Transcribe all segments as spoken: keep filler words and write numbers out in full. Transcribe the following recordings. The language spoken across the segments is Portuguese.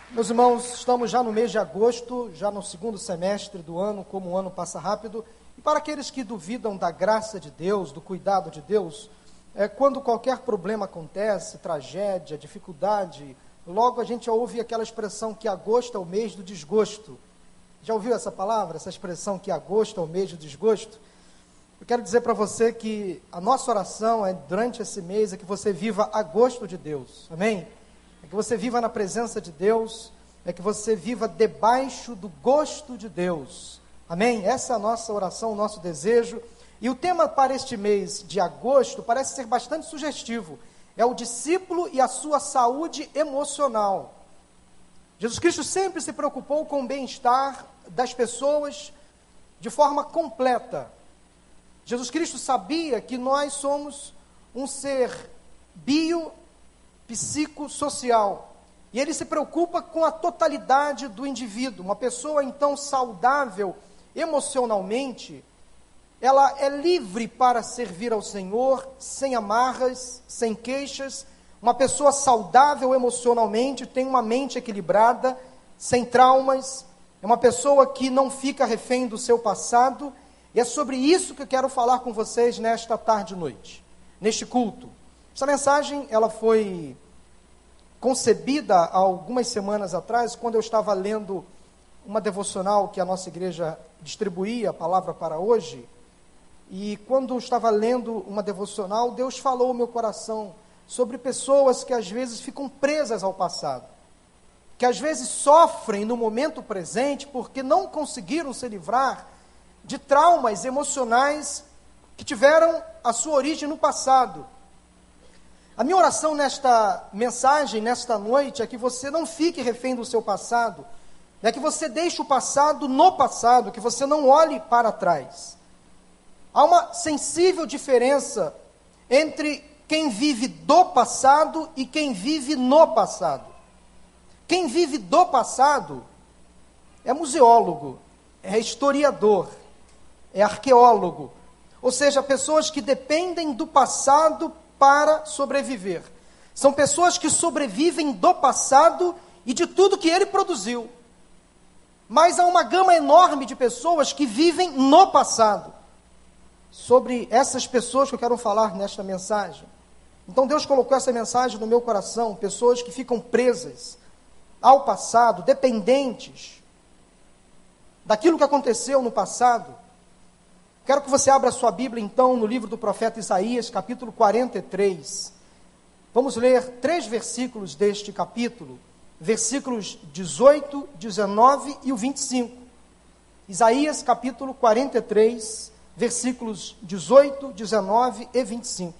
Meus irmãos, estamos já no mês de agosto, já no segundo semestre do ano, como o ano passa rápido. E para aqueles que duvidam da graça de Deus, do cuidado de Deus, é, quando qualquer problema acontece, tragédia, dificuldade, logo a gente ouve aquela expressão que agosto é o mês do desgosto. Já ouviu essa palavra, essa expressão que agosto é o mês do desgosto? Eu quero dizer para você que a nossa oração é, durante esse mês, é que você viva a gosto de Deus, amém? É que você viva na presença de Deus, é que você viva debaixo do gosto de Deus, amém? Essa é a nossa oração, o nosso desejo. E o tema para este mês de agosto parece ser bastante sugestivo, é o discípulo e a sua saúde emocional. Jesus Cristo sempre se preocupou com o bem-estar das pessoas de forma completa. Jesus Cristo sabia que nós somos um ser biopsicossocial. E ele se preocupa com a totalidade do indivíduo. Uma pessoa, então, saudável emocionalmente, ela é livre para servir ao Senhor, sem amarras, sem queixas. Uma pessoa saudável emocionalmente tem uma mente equilibrada, sem traumas. É uma pessoa que não fica refém do seu passado. E é sobre isso que eu quero falar com vocês nesta tarde e noite, neste culto. Essa mensagem, ela foi concebida há algumas semanas atrás, quando eu estava lendo uma devocional que a nossa igreja distribuía, a palavra para hoje. E quando eu estava lendo uma devocional, Deus falou ao meu coração sobre pessoas que às vezes ficam presas ao passado, que às vezes sofrem no momento presente porque não conseguiram se livrar de traumas emocionais que tiveram a sua origem no passado. A minha oração nesta mensagem, nesta noite, é que você não fique refém do seu passado, é que você deixe o passado no passado, que você não olhe para trás. Há uma sensível diferença entre quem vive do passado e quem vive no passado. Quem vive do passado é museólogo, é historiador, é arqueólogo, ou seja, pessoas que dependem do passado para sobreviver. São pessoas que sobrevivem do passado e de tudo que ele produziu. Mas há uma gama enorme de pessoas que vivem no passado. Sobre essas pessoas que eu quero falar nesta mensagem. Então Deus colocou essa mensagem no meu coração, pessoas que ficam presas ao passado, dependentes daquilo que aconteceu no passado. Quero que você abra a sua Bíblia, então, no livro do profeta Isaías, capítulo quarenta e três. Vamos ler três versículos deste capítulo, versículos dezoito, dezenove e o vinte e cinco. Isaías, capítulo quarenta e três, versículos dezoito, dezenove e vinte e cinco.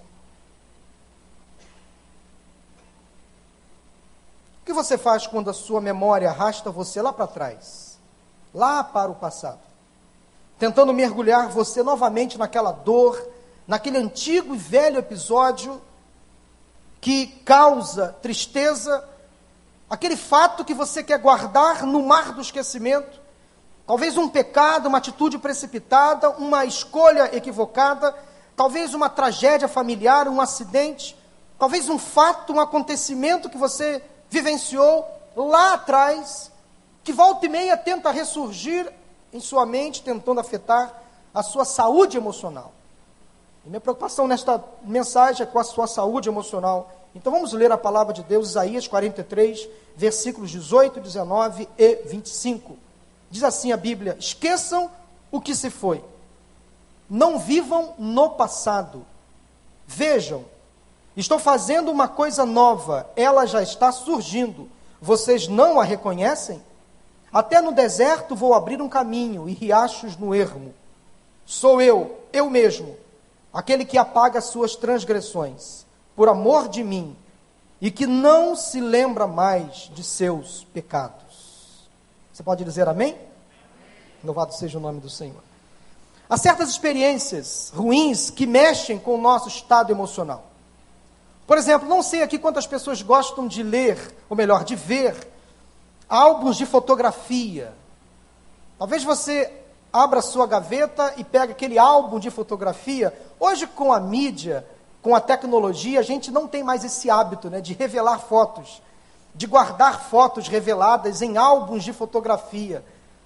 O que você faz quando a sua memória arrasta você lá para trás? Lá para o passado? Tentando mergulhar você novamente naquela dor, naquele antigo e velho episódio que causa tristeza, aquele fato que você quer guardar no mar do esquecimento, talvez um pecado, uma atitude precipitada, uma escolha equivocada, talvez uma tragédia familiar, um acidente, talvez um fato, um acontecimento que você vivenciou lá atrás, que volta e meia tenta ressurgir em sua mente, tentando afetar a sua saúde emocional. E minha preocupação nesta mensagem é com a sua saúde emocional. Então vamos ler a palavra de Deus, Isaías quarenta e três, versículos dezoito, dezenove e vinte e cinco. Diz assim a Bíblia: esqueçam o que se foi, não vivam no passado. Vejam, estou fazendo uma coisa nova, ela já está surgindo. Vocês não a reconhecem? Até no deserto vou abrir um caminho e riachos no ermo. Sou eu, eu mesmo, aquele que apaga suas transgressões, por amor de mim, e que não se lembra mais de seus pecados. Você pode dizer amém? Louvado seja o nome do Senhor. Há certas experiências ruins que mexem com o nosso estado emocional. Por exemplo, não sei aqui quantas pessoas gostam de ler, ou melhor, de ver álbuns de fotografia. Talvez você abra a sua gaveta e pegue aquele álbum de fotografia. Hoje, com a mídia, com a tecnologia, a gente não tem mais esse hábito, né, de revelar fotos. de guardar fotos reveladas em álbuns de fotografia.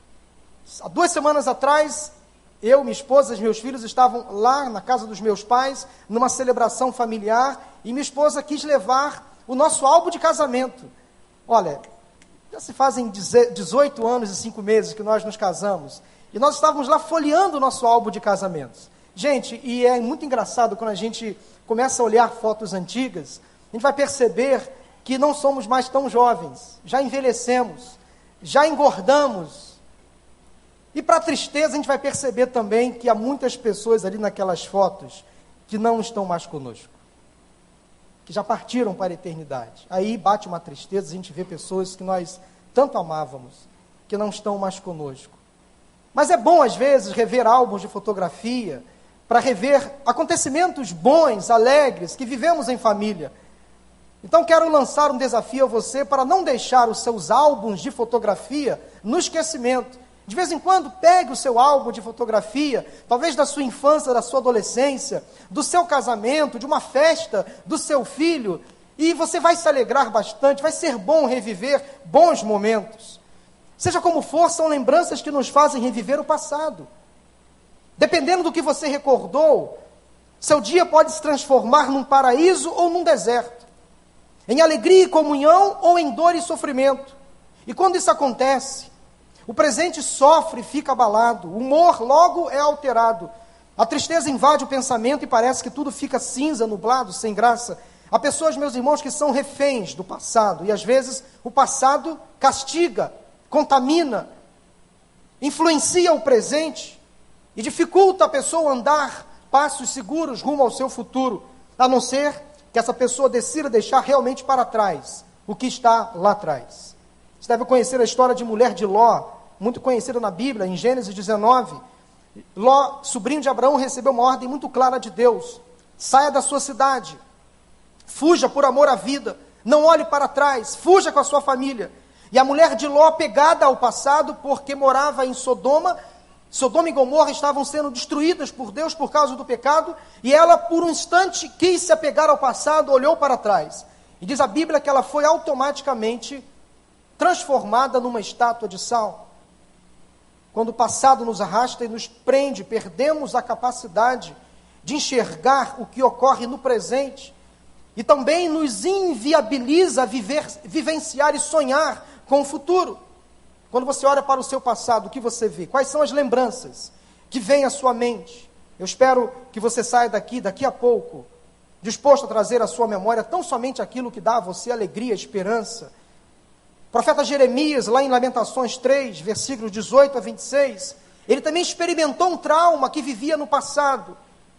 Há duas semanas atrás, eu, minha esposa e meus filhos estavam lá na casa dos meus pais, numa celebração familiar, e minha esposa quis levar o nosso álbum de casamento. Olha, já se fazem dezoito anos e cinco meses que nós nos casamos, e nós estávamos lá folheando o nosso álbum de casamentos. Gente, e é muito engraçado quando a gente começa a olhar fotos antigas, a gente vai perceber que não somos mais tão jovens, já envelhecemos, já engordamos. E para tristeza a gente vai perceber também que há muitas pessoas ali naquelas fotos que não estão mais conosco, que já partiram para a eternidade. Aí bate uma tristeza, a gente vê pessoas que nós tanto amávamos, que não estão mais conosco. Mas é bom às vezes rever álbuns de fotografia, para rever acontecimentos bons, alegres, que vivemos em família. Então quero lançar um desafio a você para não deixar os seus álbuns de fotografia no esquecimento. De vez em quando, pegue o seu álbum de fotografia, talvez da sua infância, da sua adolescência, do seu casamento, de uma festa, do seu filho, e você vai se alegrar bastante, vai ser bom reviver bons momentos. Seja como for, são lembranças que nos fazem reviver o passado. Dependendo do que você recordou, seu dia pode se transformar num paraíso ou num deserto, em alegria e comunhão ou em dor e sofrimento. E quando isso acontece, o presente sofre e fica abalado, o humor logo é alterado, a tristeza invade o pensamento e parece que tudo fica cinza, nublado, sem graça. Há pessoas, meus irmãos, que são reféns do passado, e às vezes o passado castiga, contamina, influencia o presente e dificulta a pessoa andar passos seguros rumo ao seu futuro, a não ser que essa pessoa decida deixar realmente para trás o que está lá atrás. Você deve conhecer a história de mulher de Ló, muito conhecida na Bíblia, em Gênesis dezenove. Ló, sobrinho de Abraão, recebeu uma ordem muito clara de Deus: saia da sua cidade, fuja por amor à vida, não olhe para trás, fuja com a sua família. E a mulher de Ló, pegada ao passado, porque morava em Sodoma, Sodoma e Gomorra estavam sendo destruídas por Deus por causa do pecado, e ela por um instante quis se apegar ao passado, olhou para trás. E diz a Bíblia que ela foi automaticamente transformada numa estátua de sal. Quando o passado nos arrasta e nos prende, perdemos a capacidade de enxergar o que ocorre no presente, e também nos inviabiliza a viver, vivenciar e sonhar com o futuro. Quando você olha para o seu passado, o que você vê? Quais são as lembranças que vêm à sua mente? Eu espero que você saia daqui, daqui a pouco, disposto a trazer à sua memória tão somente aquilo que dá a você alegria, esperança. O profeta Jeremias, lá em Lamentações três, versículos dezoito a vinte e seis, ele também experimentou um trauma que vivia no passado.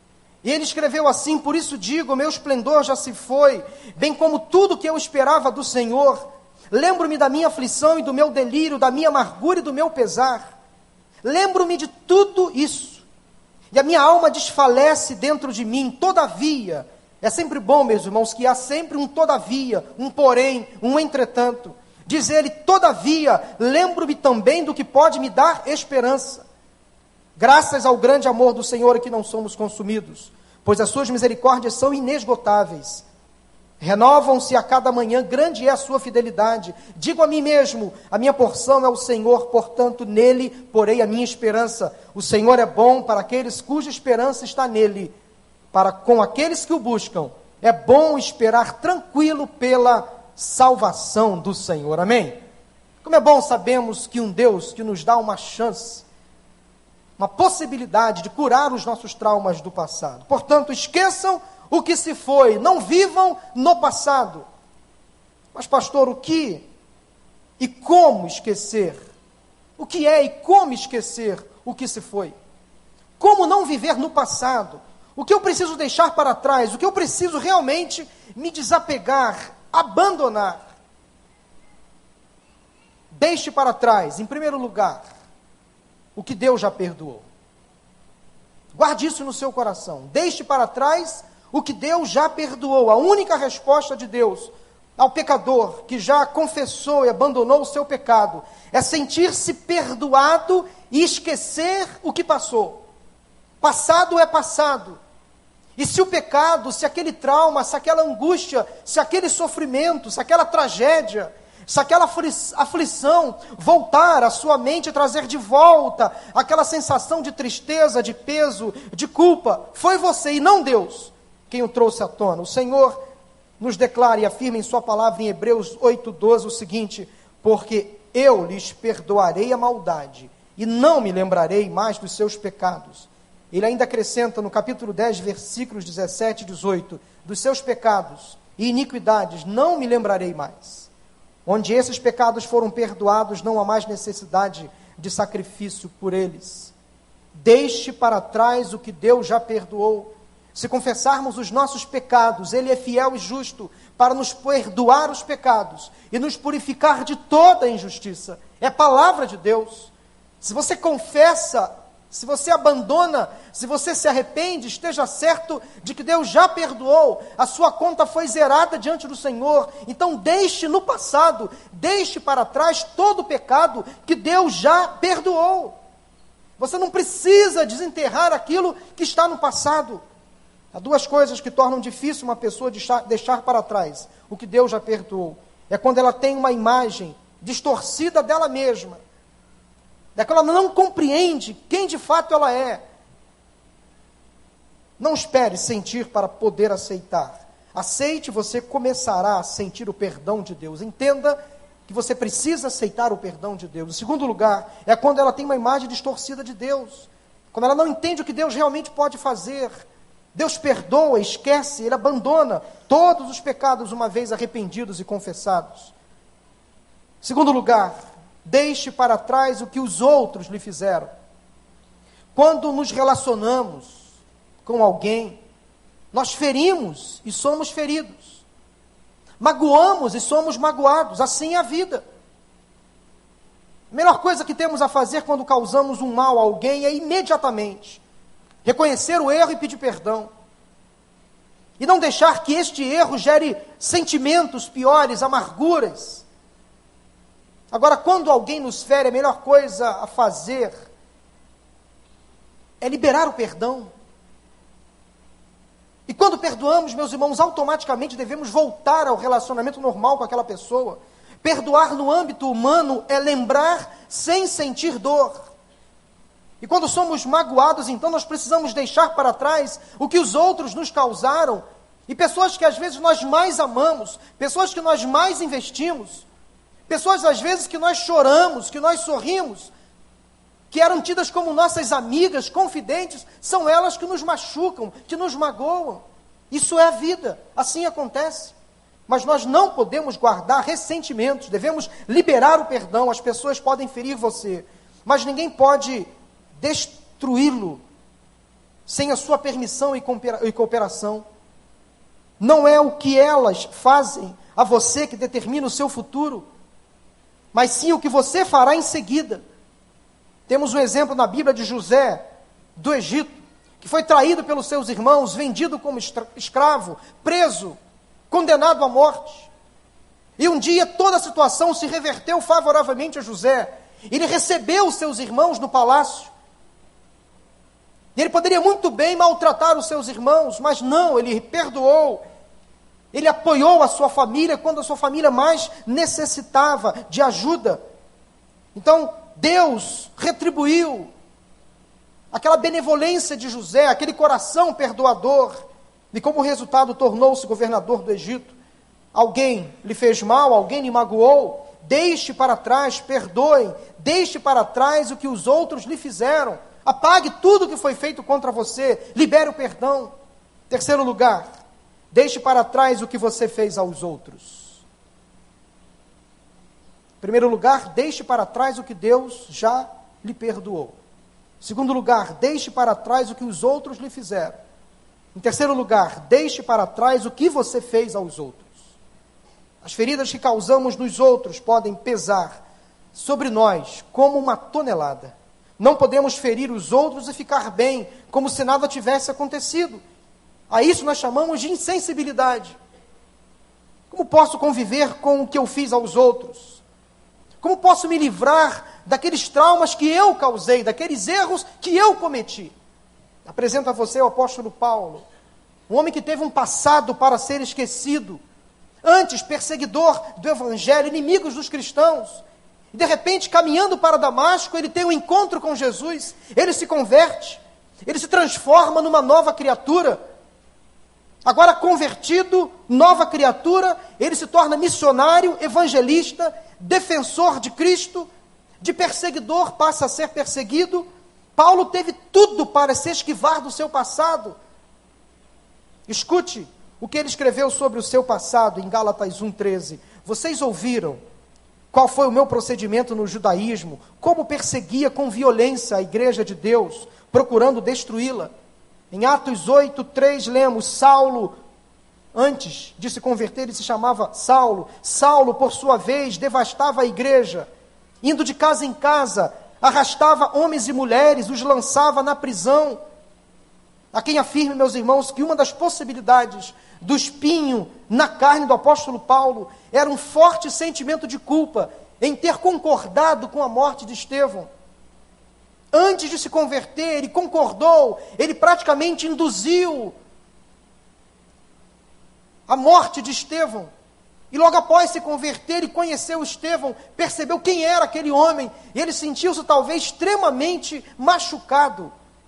E ele escreveu assim: por isso digo, meu esplendor já se foi, bem como tudo que eu esperava do Senhor. Lembro-me da minha aflição e do meu delírio, da minha amargura e do meu pesar. Lembro-me de tudo isso, e a minha alma desfalece dentro de mim. Todavia, é sempre bom, meus irmãos, que há sempre um todavia, um porém, um entretanto. Diz ele: todavia, lembro-me também do que pode me dar esperança. Graças ao grande amor do Senhor é que não somos consumidos, pois as suas misericórdias são inesgotáveis. Renovam-se a cada manhã, grande é a sua fidelidade. Digo a mim mesmo, a minha porção é o Senhor, portanto nele porei a minha esperança. O Senhor é bom para aqueles cuja esperança está nele, para com aqueles que o buscam. É bom esperar tranquilo pela salvação do Senhor. Amém? Como é bom sabermos que um Deus que nos dá uma chance, uma possibilidade de curar os nossos traumas do passado. Portanto, esqueçam o que se foi, não vivam no passado. Mas, pastor, o que e como esquecer? O que é e como esquecer o que se foi? Como não viver no passado? O que eu preciso deixar para trás? O que eu preciso realmente me desapegar, abandonar? Deixe para trás, em primeiro lugar, o que Deus já perdoou. Guarde isso no seu coração. Deixe para trás o que Deus já perdoou. A única resposta de Deus ao pecador que já confessou e abandonou o seu pecado é sentir-se perdoado e esquecer o que passou. Passado é passado. E se o pecado, se aquele trauma, se aquela angústia, se aquele sofrimento, se aquela tragédia se aquela aflição voltar à sua mente e trazer de volta aquela sensação de tristeza, de peso, de culpa, foi você e não Deus quem o trouxe à tona. O Senhor nos declara e afirma em sua palavra em Hebreus oito, doze o seguinte: porque eu lhes perdoarei a maldade e não me lembrarei mais dos seus pecados. Ele ainda acrescenta no capítulo dez, versículos dezessete e dezoito, dos seus pecados e iniquidades não me lembrarei mais. Onde esses pecados foram perdoados, não há mais necessidade de sacrifício por eles. Deixe para trás o que Deus já perdoou. Se confessarmos os nossos pecados, Ele é fiel e justo para nos perdoar os pecados e nos purificar de toda a injustiça. É palavra de Deus. Se você confessa, se você abandona, se você se arrepende, esteja certo de que Deus já perdoou, a sua conta foi zerada diante do Senhor. Então deixe no passado, deixe para trás todo o pecado que Deus já perdoou. Você não precisa desenterrar aquilo que está no passado. Há duas coisas que tornam difícil uma pessoa deixar, deixar para trás o que Deus já perdoou. É quando ela tem uma imagem distorcida dela mesma, é quando ela não compreende quem de fato ela é. Não espere sentir para poder aceitar. Aceite, você começará a sentir o perdão de Deus. Entenda que você precisa aceitar o perdão de Deus. Em segundo lugar, é quando ela tem uma imagem distorcida de Deus, quando ela não entende o que Deus realmente pode fazer. Deus perdoa, esquece, Ele abandona todos os pecados uma vez arrependidos e confessados. Segundo lugar, deixe para trás o que os outros lhe fizeram. Quando nos relacionamos com alguém, nós ferimos e somos feridos. Magoamos e somos magoados. Assim é a vida. A melhor coisa que temos a fazer quando causamos um mal a alguém é imediatamente reconhecer o erro e pedir perdão. E não deixar que este erro gere sentimentos piores, amarguras. Agora, quando alguém nos fere, a melhor coisa a fazer é liberar o perdão. E quando perdoamos, meus irmãos, automaticamente devemos voltar ao relacionamento normal com aquela pessoa. Perdoar no âmbito humano é lembrar sem sentir dor. E quando somos magoados, então nós precisamos deixar para trás o que os outros nos causaram. E pessoas que às vezes nós mais amamos, pessoas que nós mais investimos, pessoas às vezes que nós choramos, que nós sorrimos, que eram tidas como nossas amigas, confidentes, são elas que nos machucam, que nos magoam. Isso é a vida, assim acontece. Mas nós não podemos guardar ressentimentos, devemos liberar o perdão. As pessoas podem ferir você, mas ninguém pode destruí-lo sem a sua permissão e cooperação. Não é o que elas fazem a você que determina o seu futuro, mas sim o que você fará em seguida. Temos um exemplo na Bíblia de José, do Egito, que foi traído pelos seus irmãos, vendido como escravo, preso, condenado à morte. E um dia toda a situação se reverteu favoravelmente a José. Ele recebeu os seus irmãos no palácio. E ele poderia muito bem maltratar os seus irmãos, mas não, ele perdoou. Ele apoiou a sua família quando a sua família mais necessitava de ajuda. Então, Deus retribuiu aquela benevolência de José, aquele coração perdoador, e como resultado tornou-se governador do Egito. Alguém lhe fez mal, alguém lhe magoou, deixe para trás, perdoe, deixe para trás o que os outros lhe fizeram. Apague tudo que foi feito contra você, libere o perdão. Terceiro lugar, deixe para trás o que você fez aos outros. Em primeiro lugar, deixe para trás o que Deus já lhe perdoou. Em segundo lugar, deixe para trás o que os outros lhe fizeram. Em terceiro lugar, deixe para trás o que você fez aos outros. As feridas que causamos nos outros podem pesar sobre nós como uma tonelada. Não podemos ferir os outros e ficar bem, como se nada tivesse acontecido. A isso nós chamamos de insensibilidade. Como posso conviver com o que eu fiz aos outros? Como posso me livrar daqueles traumas que eu causei, daqueles erros que eu cometi? Apresento a você o apóstolo Paulo, um homem que teve um passado para ser esquecido, antes perseguidor do evangelho, inimigos dos cristãos. E de repente, caminhando para Damasco, ele tem um encontro com Jesus, ele se converte, ele se transforma numa nova criatura. Agora convertido, nova criatura, ele se torna missionário, evangelista, defensor de Cristo, de perseguidor passa a ser perseguido. Paulo teve tudo para se esquivar do seu passado. Escute o que ele escreveu sobre o seu passado em Gálatas um, treze. Vocês ouviram qual foi o meu procedimento no judaísmo, como perseguia com violência a igreja de Deus, procurando destruí-la. Em Atos oito, três, lemos, Saulo, antes de se converter, ele se chamava Saulo. Saulo, por sua vez, devastava a igreja, indo de casa em casa, arrastava homens e mulheres, os lançava na prisão. A quem afirme, meus irmãos, que uma das possibilidades do espinho na carne do apóstolo Paulo era um forte sentimento de culpa em ter concordado com a morte de Estevão. Antes de se converter, ele concordou, ele praticamente induziu a morte de Estevão. E logo após se converter e conhecer o Estevão, percebeu quem era aquele homem, e ele sentiu-se talvez extremamente machucado,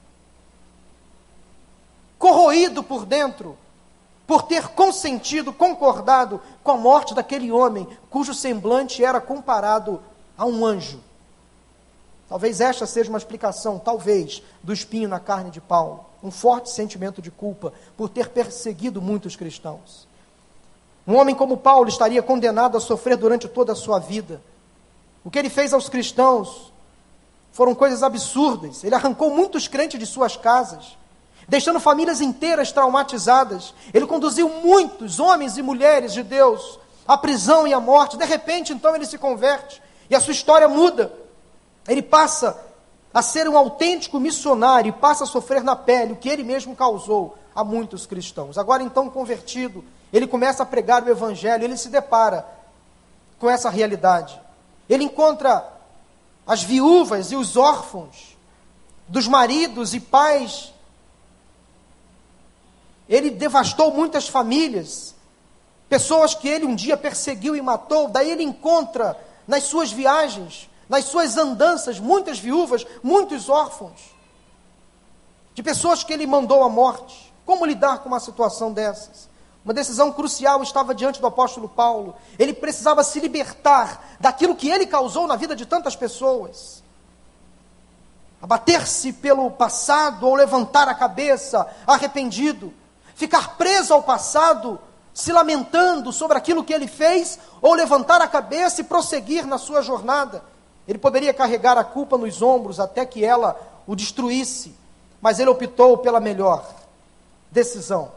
corroído por dentro, por ter consentido, concordado com a morte daquele homem, cujo semblante era comparado a um anjo. Talvez esta seja uma explicação, talvez, do espinho na carne de Paulo. Um forte sentimento de culpa por ter perseguido muitos cristãos. Um homem como Paulo estaria condenado a sofrer durante toda a sua vida. O que ele fez aos cristãos foram coisas absurdas. Ele arrancou muitos crentes de suas casas, deixando famílias inteiras traumatizadas. Ele conduziu muitos homens e mulheres de Deus à prisão e à morte. De repente, então, ele se converte e a sua história muda. Ele passa a ser um autêntico missionário e passa a sofrer na pele o que ele mesmo causou a muitos cristãos. Agora, então, convertido, ele começa a pregar o evangelho, ele se depara com essa realidade. Ele encontra as viúvas e os órfãos dos maridos e pais. Ele devastou muitas famílias, pessoas que ele um dia perseguiu e matou. Daí ele encontra nas suas viagens, nas suas andanças, muitas viúvas, muitos órfãos, de pessoas que ele mandou à morte. Como lidar com uma situação dessas? Uma decisão crucial estava diante do apóstolo Paulo. Ele precisava se libertar daquilo que ele causou na vida de tantas pessoas. Abater-se pelo passado ou levantar a cabeça arrependido. Ficar preso ao passado, se lamentando sobre aquilo que ele fez, ou levantar a cabeça e prosseguir na sua jornada. Ele poderia carregar a culpa nos ombros até que ela o destruísse, mas ele optou pela melhor decisão.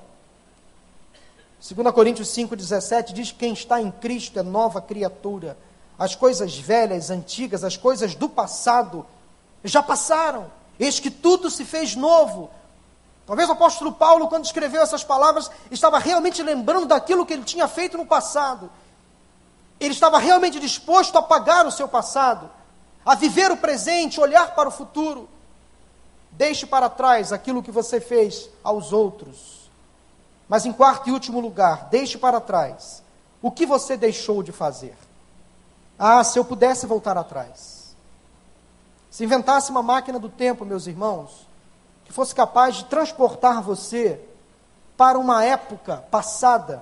Segunda Coríntios cinco, dezessete diz: quem está em Cristo é nova criatura. As coisas velhas, antigas, as coisas do passado já passaram. Eis que tudo se fez novo. Talvez o apóstolo Paulo, quando escreveu essas palavras, estava realmente lembrando daquilo que ele tinha feito no passado. Ele estava realmente disposto a apagar o seu passado, a viver o presente, olhar para o futuro. Deixe para trás aquilo que você fez aos outros. Mas em quarto e último lugar, deixe para trás o que você deixou de fazer. Ah, se eu pudesse voltar atrás. Se inventasse uma máquina do tempo, meus irmãos, que fosse capaz de transportar você para uma época passada.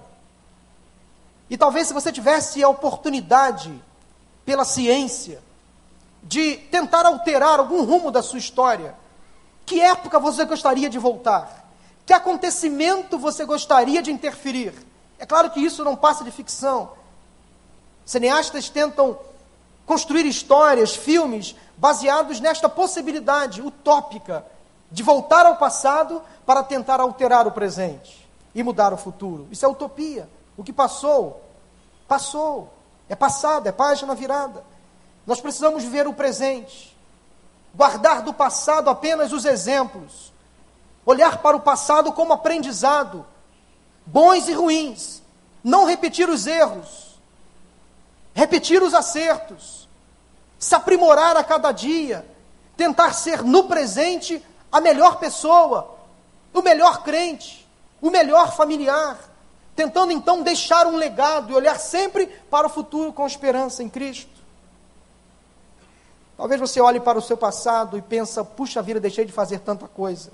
E talvez se você tivesse a oportunidade, pela ciência, de tentar alterar algum rumo da sua história, que época você gostaria de voltar? Que acontecimento você gostaria de interferir? É claro que isso não passa de ficção. Cineastas tentam construir histórias, filmes, baseados nesta possibilidade utópica de voltar ao passado para tentar alterar o presente e mudar o futuro. Isso é utopia. O que passou, passou. É passado, é página virada. Nós precisamos viver o presente. Guardar do passado apenas os exemplos. Olhar para o passado como aprendizado, bons e ruins. Não repetir os erros. Repetir os acertos. Se aprimorar a cada dia. Tentar ser no presente a melhor pessoa, o melhor crente, o melhor familiar, tentando então deixar um legado e olhar sempre para o futuro com esperança em Cristo. Talvez você olhe para o seu passado e pensa, puxa vida, deixei de fazer tanta coisa.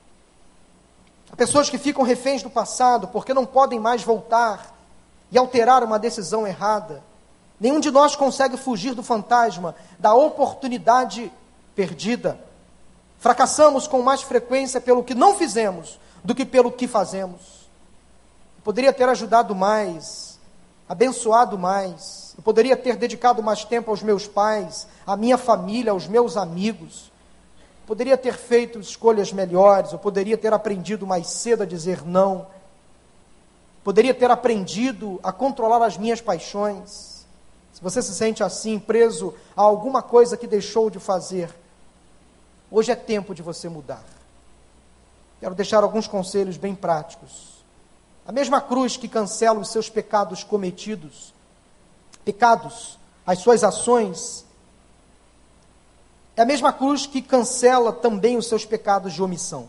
Há pessoas que ficam reféns do passado porque não podem mais voltar e alterar uma decisão errada. Nenhum de nós consegue fugir do fantasma da oportunidade perdida. Fracassamos com mais frequência pelo que não fizemos do que pelo que fazemos. Eu poderia ter ajudado mais, abençoado mais. Eu poderia ter dedicado mais tempo aos meus pais, à minha família, aos meus amigos. Eu poderia ter feito escolhas melhores. Eu poderia ter aprendido mais cedo a dizer não. Poderia ter aprendido a controlar as minhas paixões. Se você se sente assim, preso a alguma coisa que deixou de fazer, hoje é tempo de você mudar. Quero deixar alguns conselhos bem práticos. A mesma cruz que cancela os seus pecados cometidos, pecados, as suas ações, é a mesma cruz que cancela também os seus pecados de omissão.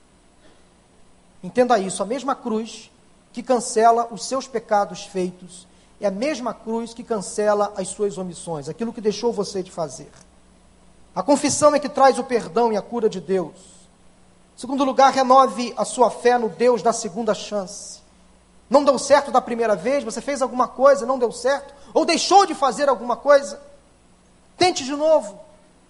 Entenda isso, a mesma cruz que cancela os seus pecados feitos, é a mesma cruz que cancela as suas omissões, aquilo que deixou você de fazer. A confissão é que traz o perdão e a cura de Deus. Em segundo lugar, renove a sua fé no Deus da segunda chance. Não deu certo da primeira vez, você fez alguma coisa, não deu certo, ou deixou de fazer alguma coisa, tente de novo.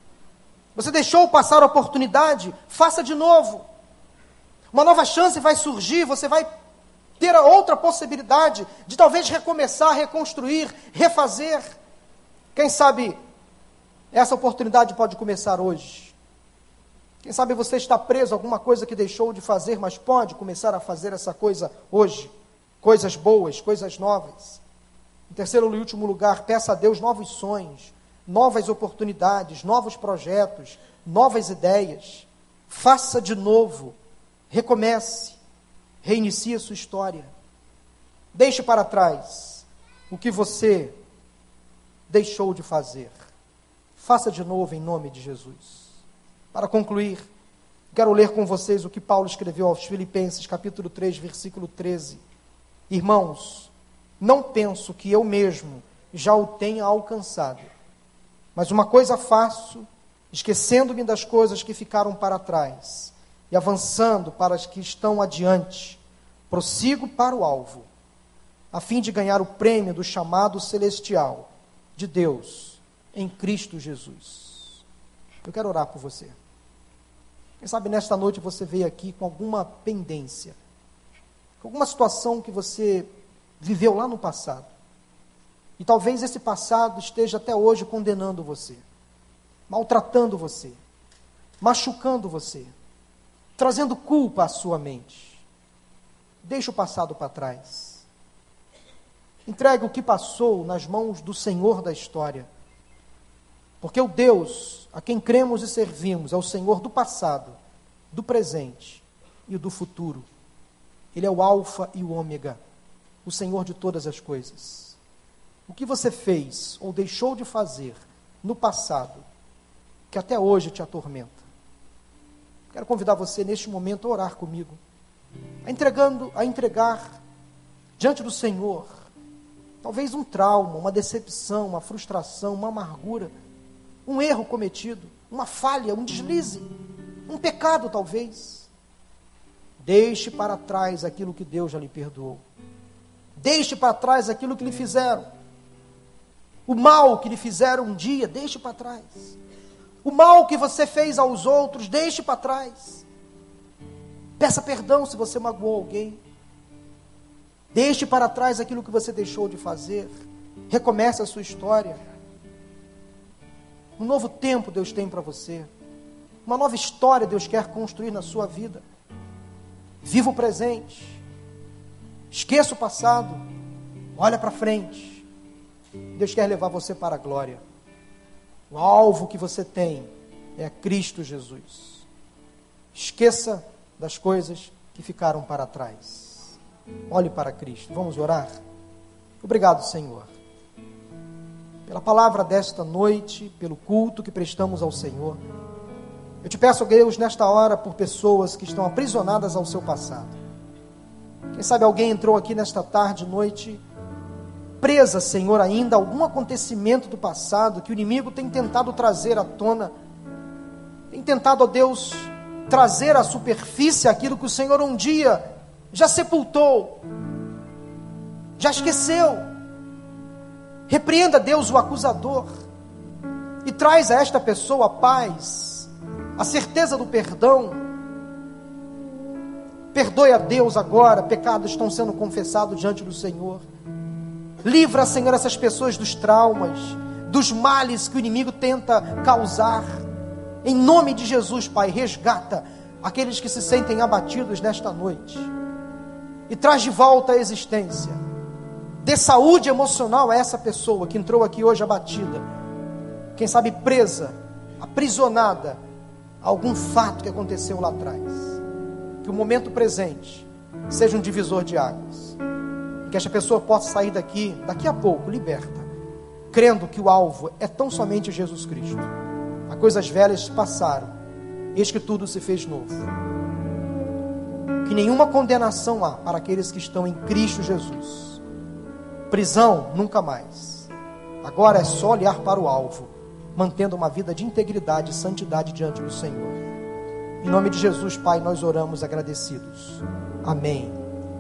Você deixou passar a oportunidade, faça de novo. Uma nova chance vai surgir, você vai ter a outra possibilidade de talvez recomeçar, reconstruir, refazer. Quem sabe essa oportunidade pode começar hoje. Quem sabe você está preso a alguma coisa que deixou de fazer, mas pode começar a fazer essa coisa hoje. Coisas boas, coisas novas. Em terceiro e último lugar, peça a Deus novos sonhos, novas oportunidades, novos projetos, novas ideias. Faça de novo, recomece, reinicie a sua história. Deixe para trás o que você deixou de fazer. Faça de novo em nome de Jesus. Para concluir, quero ler com vocês o que Paulo escreveu aos Filipenses, capítulo três, versículo treze. Irmãos, não penso que eu mesmo já o tenha alcançado, mas uma coisa faço, esquecendo-me das coisas que ficaram para trás e avançando para as que estão adiante, prossigo para o alvo, a fim de ganhar o prêmio do chamado celestial de Deus em Cristo Jesus. Eu quero orar por você. Quem sabe nesta noite você veio aqui com alguma pendência, com alguma situação que você viveu lá no passado. E talvez esse passado esteja até hoje condenando você, maltratando você, machucando você, trazendo culpa à sua mente. Deixe o passado para trás. Entregue o que passou nas mãos do Senhor da história. Porque o Deus a quem cremos e servimos é o Senhor do passado, do presente e do futuro. Ele é o alfa e o ômega, o Senhor de todas as coisas. O que você fez ou deixou de fazer no passado, que até hoje te atormenta? Quero convidar você neste momento a orar comigo, a, entregando, a entregar diante do Senhor, talvez um trauma, uma decepção, uma frustração, uma amargura, um erro cometido, uma falha, um deslize, um pecado talvez. Deixe para trás aquilo que Deus já lhe perdoou. Deixe para trás aquilo que lhe fizeram. O mal que lhe fizeram um dia, deixe para trás. O mal que você fez aos outros, deixe para trás. Peça perdão se você magoou alguém. Deixe para trás aquilo que você deixou de fazer. Recomece a sua história. Um novo tempo Deus tem para você. Uma nova história Deus quer construir na sua vida. Viva o presente. Esqueça o passado. Olha para frente. Deus quer levar você para a glória. O alvo que você tem é Cristo Jesus. Esqueça das coisas que ficaram para trás. Olhe para Cristo. Vamos orar? Obrigado, Senhor, pela palavra desta noite, pelo culto que prestamos ao Senhor. Eu te peço, Deus, nesta hora, por pessoas que estão aprisionadas ao seu passado, Quem sabe alguém entrou aqui nesta tarde, noite, presa, Senhor, ainda a algum acontecimento do passado que o inimigo tem tentado trazer à tona, tem tentado, ó Deus, trazer à superfície aquilo que o Senhor um dia já sepultou, já esqueceu. Repreenda, Deus, o acusador e traz a esta pessoa a paz, a certeza do perdão. Perdoe a Deus agora, pecados estão sendo confessados diante do Senhor. Livra, Senhor, essas pessoas dos traumas, dos males que o inimigo tenta causar. Em nome de Jesus, Pai, resgata aqueles que se sentem abatidos nesta noite e traz de volta a existência. Dê saúde emocional a essa pessoa que entrou aqui hoje abatida, quem sabe presa, aprisionada a algum fato que aconteceu lá atrás. Que o momento presente seja um divisor de águas, que esta pessoa possa sair daqui, daqui a pouco, liberta, crendo que o alvo é tão somente Jesus Cristo. As coisas velhas passaram, eis que tudo se fez novo. Que nenhuma condenação há para aqueles que estão em Cristo Jesus. Prisão, nunca mais. Agora é só olhar para o alvo, mantendo uma vida de integridade e santidade diante do Senhor. Em nome de Jesus, Pai, nós oramos agradecidos. Amém.